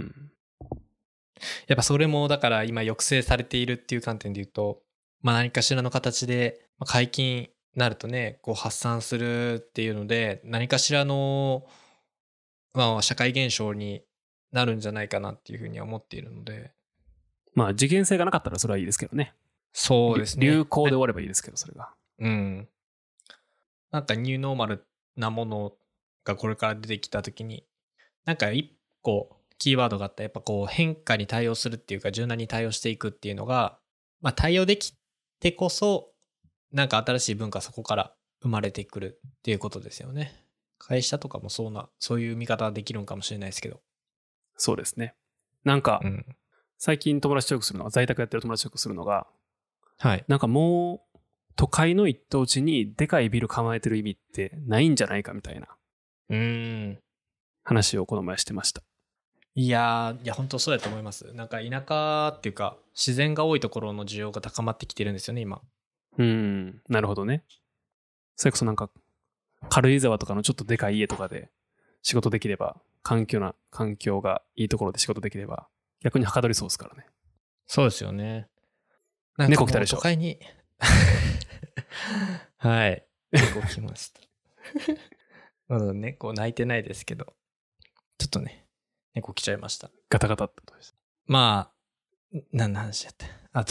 やっぱそれもだから今抑制されているっていう観点で言うと、何かしらの形で解禁になるとね、こう発散するっていうので何かしらの社会現象になるんじゃないかなっていうふうには思っているので。 次元性がなかったらそれはいいですけどね。 そうですね。 流行で終わればいいですけど、それが。 なんかニューノーマルなものがこれから出てきたときに、なんか一個キーワードがあったらやっぱこう変化に対応するっていうか柔軟に対応していくっていうのが、対応できてこそなんか新しい文化そこから生まれてくるっていうことですよね。会社とかもそういう見方はできるんかもしれないですけど。 そうですね。なんか、最近友達とよくするのが、在宅やってる友達とよくするのが、なんかもう都会の一等地にでかいビル構えてる意味ってないんじゃないかみたいな話をこの前してました。 いや本当そうだと思います。なんか田舎っていうか自然が多いところの需要が高まってきてるんですよね今。 なるほどね。それこそなんか軽井沢とかのちょっとでかい家とかで仕事できれば、環境がいいところで仕事できれば逆にはかどりそうですからね。 そうですよね。 なんか猫来たでしょ。 都会にはい猫来ました。まだ猫泣いてないですけど、ちょっとね猫来ちゃいました。 ガタガタってことです。 何の話やった。あ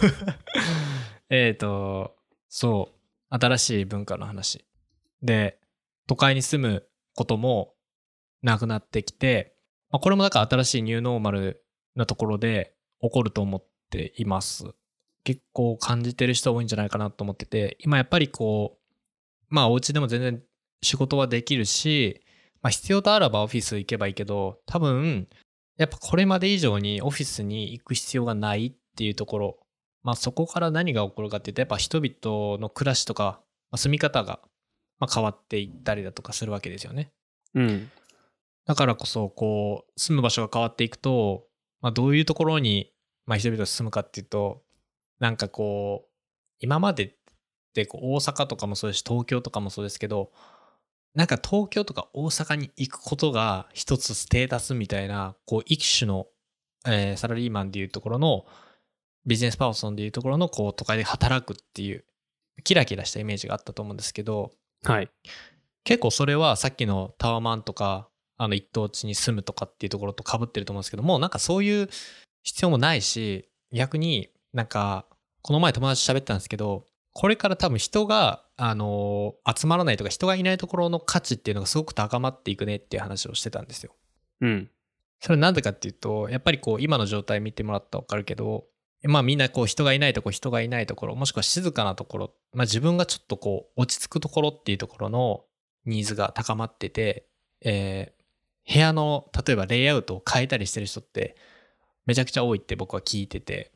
とそう新しい文化の話で、都会に住むこともなくなってきて、これもだから新しいニューノーマルなところで起こると思っています。結構感じてる人多いんじゃないかなと思ってて、今やっぱりこうお家でも全然仕事はできるし、必要とあらばオフィス行けばいいけど、多分やっぱこれまで以上にオフィスに行く必要がないっていうところ、そこから何が起こるかっていうと、やっぱ人々の暮らしとか、住み方が変わっていったりだとかするわけですよね。だからこそこう住む場所が変わっていくと、どういうところに人々が住むかっていうと、なんかこう今までってこう大阪とかもそうですし東京とかもそうですけど、なんか東京とか大阪に行くことが一つステータスみたいな、こう一種の、サラリーマンでいうところのビジネスパーソンでいうところのこう都会で働くっていうキラキラしたイメージがあったと思うんですけど、結構それはさっきのタワマンとか一等地に住むとかっていうところと被ってると思うんですけども、なんかそういう必要もないし、逆になんかこの前友達と喋ったんですけど、これから多分人が集まらないとか人がいないところの価値っていうのがすごく高まっていくねっていう話をしてたんですよ。それはなんでかっていうと、やっぱりこう今の状態見てもらったら分かるけど、みんなこう人がいないところ、もしくは静かなところ、自分がちょっとこう落ち着くところっていうところのニーズが高まってて、部屋の例えばレイアウトを変えたりしてる人ってめちゃくちゃ多いって僕は聞いてて、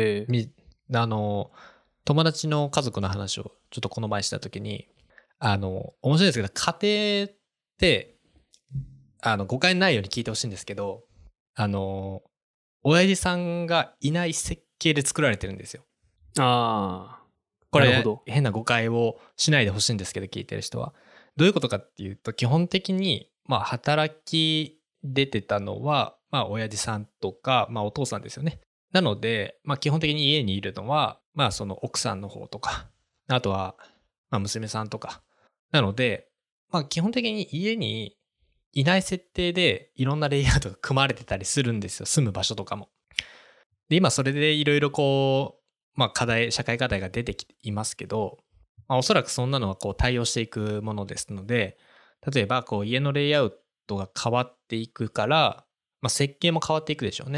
友達の家族の話をちょっとこの前した時に、面白いですけど、家庭って誤解ないように聞いてほしいんですけど、親父さんがいない設計で作られてるんですよ。これ変な誤解をしないでほしいんですけど、聞いてる人はどういうことかっていうと、基本的に働き出てたのは親父さんとかお父さんですよね。なので基本的に家にいるのはその奥さんの方とか、あとは娘さんとかなので、基本的に家にいない設定でいろんなレイアウトが組まれてたりするんですよ、住む場所とかも。で今それでいろいろこう社会課題が出てきていますけど、おそらくそんなのはこう対応していくものですので、例えばこう家のレイアウトが変わっていくから、設計も変わっていくでしょうね。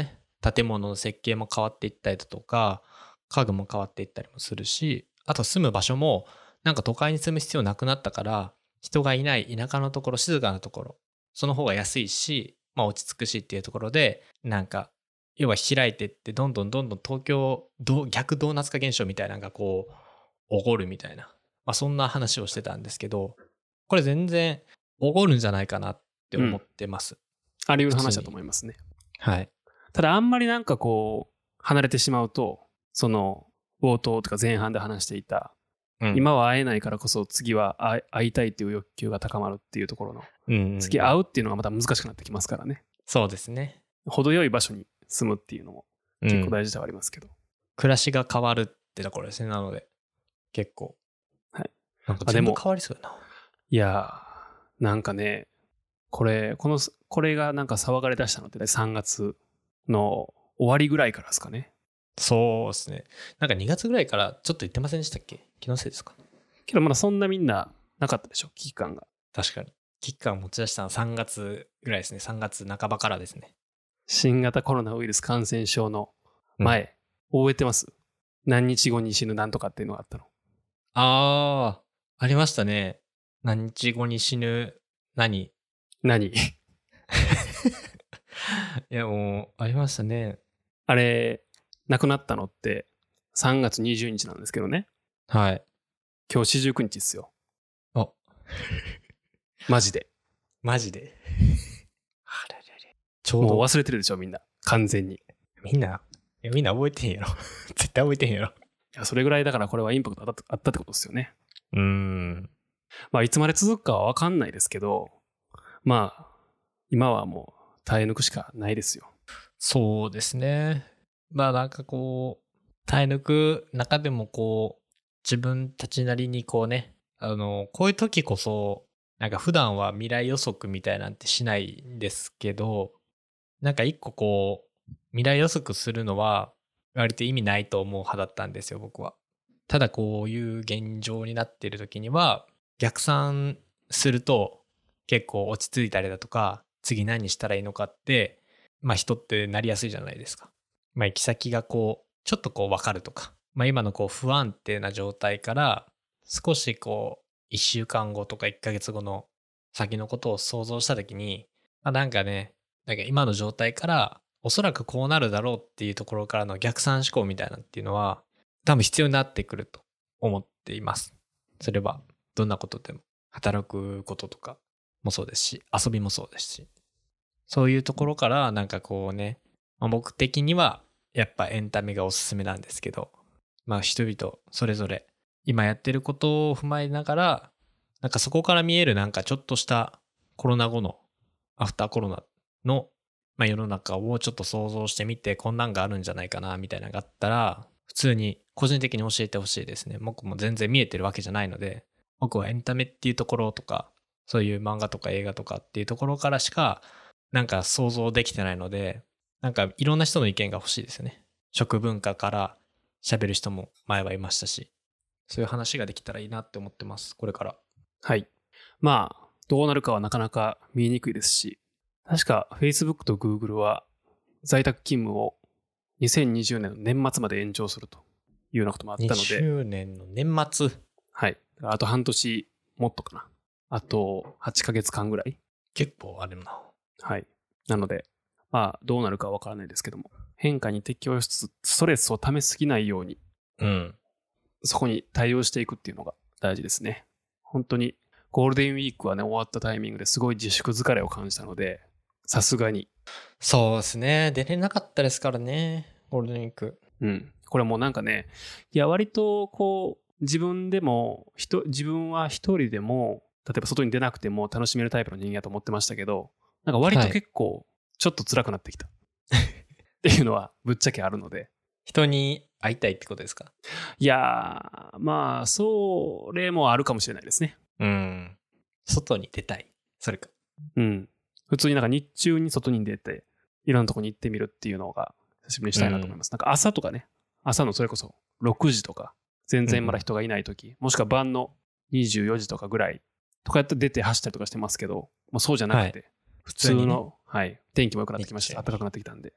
建物の設計も変わっていったりだとか、家具も変わっていったりもするし、あと住む場所もなんか都会に住む必要なくなったから、人がいない田舎のところ、静かなところ、その方が安いし、まあ落ち着くしっていうところで、なんか要は開いてってどんどん東京逆ドーナツ化現象みたいなのがこう起こるみたいな、まあそんな話をしてたんですけど、これ全然起こるんじゃないかなって思ってます。 あり得る話だと思いますね。 はい。 ただあんまりなんかこう離れてしまうと、その冒頭とか前半で話していた、今は会えないからこそ次は会いたいっていう欲求が高まるっていうところの、次会うっていうのがまた難しくなってきますからね。 そうですね。 程よい場所に住むっていうのも結構大事ではありますけど、 暮らしが変わるってところですね。なので結構、 はい、 なんか全部変わりそうやな。 いやー、なんかね、これがなんか騒がれ出したのって3月の終わりぐらいからですかね。 そうですね。なんか2月ぐらいからちょっと言ってませんでしたっけ？気のせいですか？ けどまだそんなみんななかったでしょ、危機感が。 確かに。危機感を持ち出したのは3月ぐらいですね。3月半ばからですね。 新型コロナウイルス感染症の前、覚えてます？何日後に死ぬなんとかっていうのがあったの。 ありましたね。何日後に死ぬ何いやもうありましたね。 あれ亡くなったのって3月20日なんですけどね。 はい。 今日49日ですよ。 あマジであれちょうど忘れてるでしょ、みんな。完全に。 みんな覚えてへんやろ。絶対覚えてへんやろ。 いや、それぐらいだからこれはインパクトあったってことですよね。まあいつまで続くかは分かんないですけど、まあ今はもう耐え抜くしかないですよ。 そうですね。まあなんかこう耐え抜く中でもこう自分たちなりにこうね、こういう時こそなんか普段は未来予測みたいなんてしないんですけど、なんか一個こう未来予測するのは割と意味ないと思う派だったんですよ、僕は。ただこういう現状になっている時には逆算すると結構落ち着いたりだとか、次何したらいいのかってまあ人ってなりやすいじゃないですか。まあ行き先がこうちょっとこう分かるとか、まあ今のこう不安定な状態から少しこう1週間後とか1ヶ月後の先のことを想像した時に、まあなんかね、なんか今の状態からおそらくこうなるだろうっていうところからの逆算思考みたいなっていうのは多分必要になってくると思っています。それはどんなことでも、働くこととかもそうですし、遊びもそうですし、そういうところからなんかこうね、まあ、僕的にはやっぱエンタメがおすすめなんですけど、まあ人々それぞれ今やってることを踏まえながら、なんかそこから見えるなんかちょっとしたコロナ後のアフターコロナの、まあ、世の中をちょっと想像してみて、こんなんがあるんじゃないかなみたいなのがあったら、普通に個人的に教えてほしいですね。僕も全然見えてるわけじゃないので、僕はエンタメっていうところとか、そういう漫画とか映画とかっていうところからしかなんか想像できてないので、なんかいろんな人の意見が欲しいですよね。食文化から喋る人も前はいましたし、そういう話ができたらいいなって思ってます、これから。 はい。まあどうなるかはなかなか見えにくいですし、確か Facebook と Google は在宅勤務を2020年の年末まで延長するというようなこともあったので、 20年の年末。 はい。あと半年もっとかな。あと8ヶ月間ぐらい。 結構あるな。 はい。なので、まあどうなるかはわからないですけども、変化に適応しつつストレスをためすぎないように、そこに対応していくっていうのが大事ですね。本当にゴールデンウィークはね、終わったタイミングですごい自粛疲れを感じたので、さすがに。 そうですね。出れなかったですからね、ゴールデンウィーク。 これもうなんかね、いや割とこう自分は一人でも例えば外に出なくても楽しめるタイプの人間だと思ってましたけど、なんか割と結構ちょっと辛くなってきた、っていうのはぶっちゃけあるので。 人に会いたいってことですか？ いやー、まあそれもあるかもしれないですね。 外に出たい、それか。 普通になんか日中に外に出ていろんなとこに行ってみるっていうのが久しぶりにしたいなと思います。なんか朝とかね、朝のそれこそ6時とか全然まだ人がいない時、もしくは晩の24時とかぐらいとかやって出て走ったりとかしてますけど、もうそうじゃなくて、普通の、天気も良くなってきました。暖かくなってきたんで、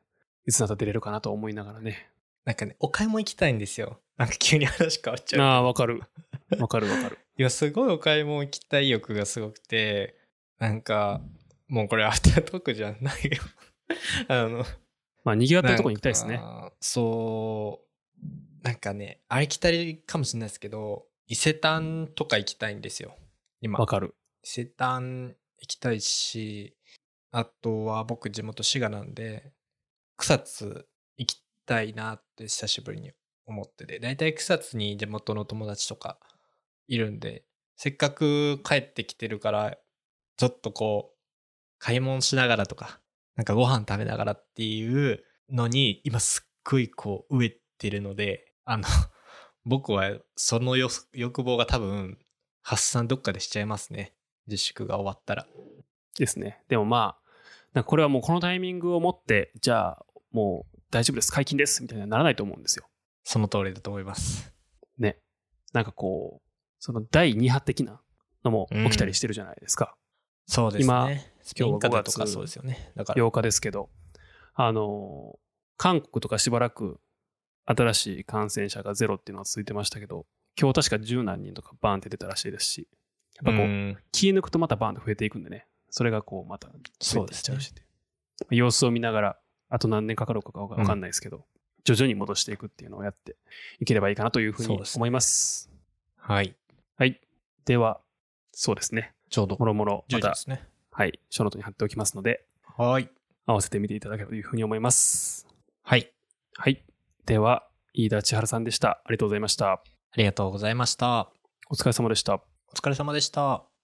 いつだったら出れるかなと思いながらね。 なんかね、お買い物行きたいんですよ。なんか急に話変わっちゃうけど。 ああ、わかる。わかるわかる。 いや、すごいお買い物行きたい欲がすごくて、なんか、もうこれアフタートークじゃないよ。 まあ、賑わってるとこに行きたいですね。 そう、なんかね、ありきたりかもしれないですけど、伊勢丹とか行きたいんですよ。今。 わかる。 伊勢丹行きたいし、あとは僕地元滋賀なんで、草津行きたいなって久しぶりに思ってて、だいたい草津に地元の友達とかいるんで、せっかく帰ってきてるから、ちょっとこう、買い物しながらとか、なんかご飯食べながらっていうのに、今すっごいこう、飢えてるので、僕はその欲望が多分、発散どっかでしちゃいますね。自粛が終わったら。 ですね。でもまあ、なんかこれはもうこのタイミングをもって、じゃあもう大丈夫です、解禁ですみたいにはならないと思うんですよ。 その通りだと思います。 ね。なんかこう、その第2波的なのも起きたりしてるじゃないですか。 そうですね。 今スペイン風邪とかそうですよね。だから 8日ですけど、韓国とかしばらく新しい感染者がゼロっていうのは続いてましたけど、今日確か10何人とかバーンって出たらしいですし、やっぱこう、気抜くとまたバーンと増えていくんでね、それがこうまた増えていっちゃうし、様子を見ながら、あと何年かかるかわかんないですけど、徐々に戻していくっていうのをやっていければいいかなというふうに思います。 はい。 はい。では、そうですね。 ちょうどもろもろまた、 ですね。 はい、ショーノートに貼っておきますので、 はい。 合わせてみていただければというふうに思います。 はい。 はい。では、飯田千春さんでした。ありがとうございました。 ありがとうございました。 お疲れ様でした。 お疲れ様でした。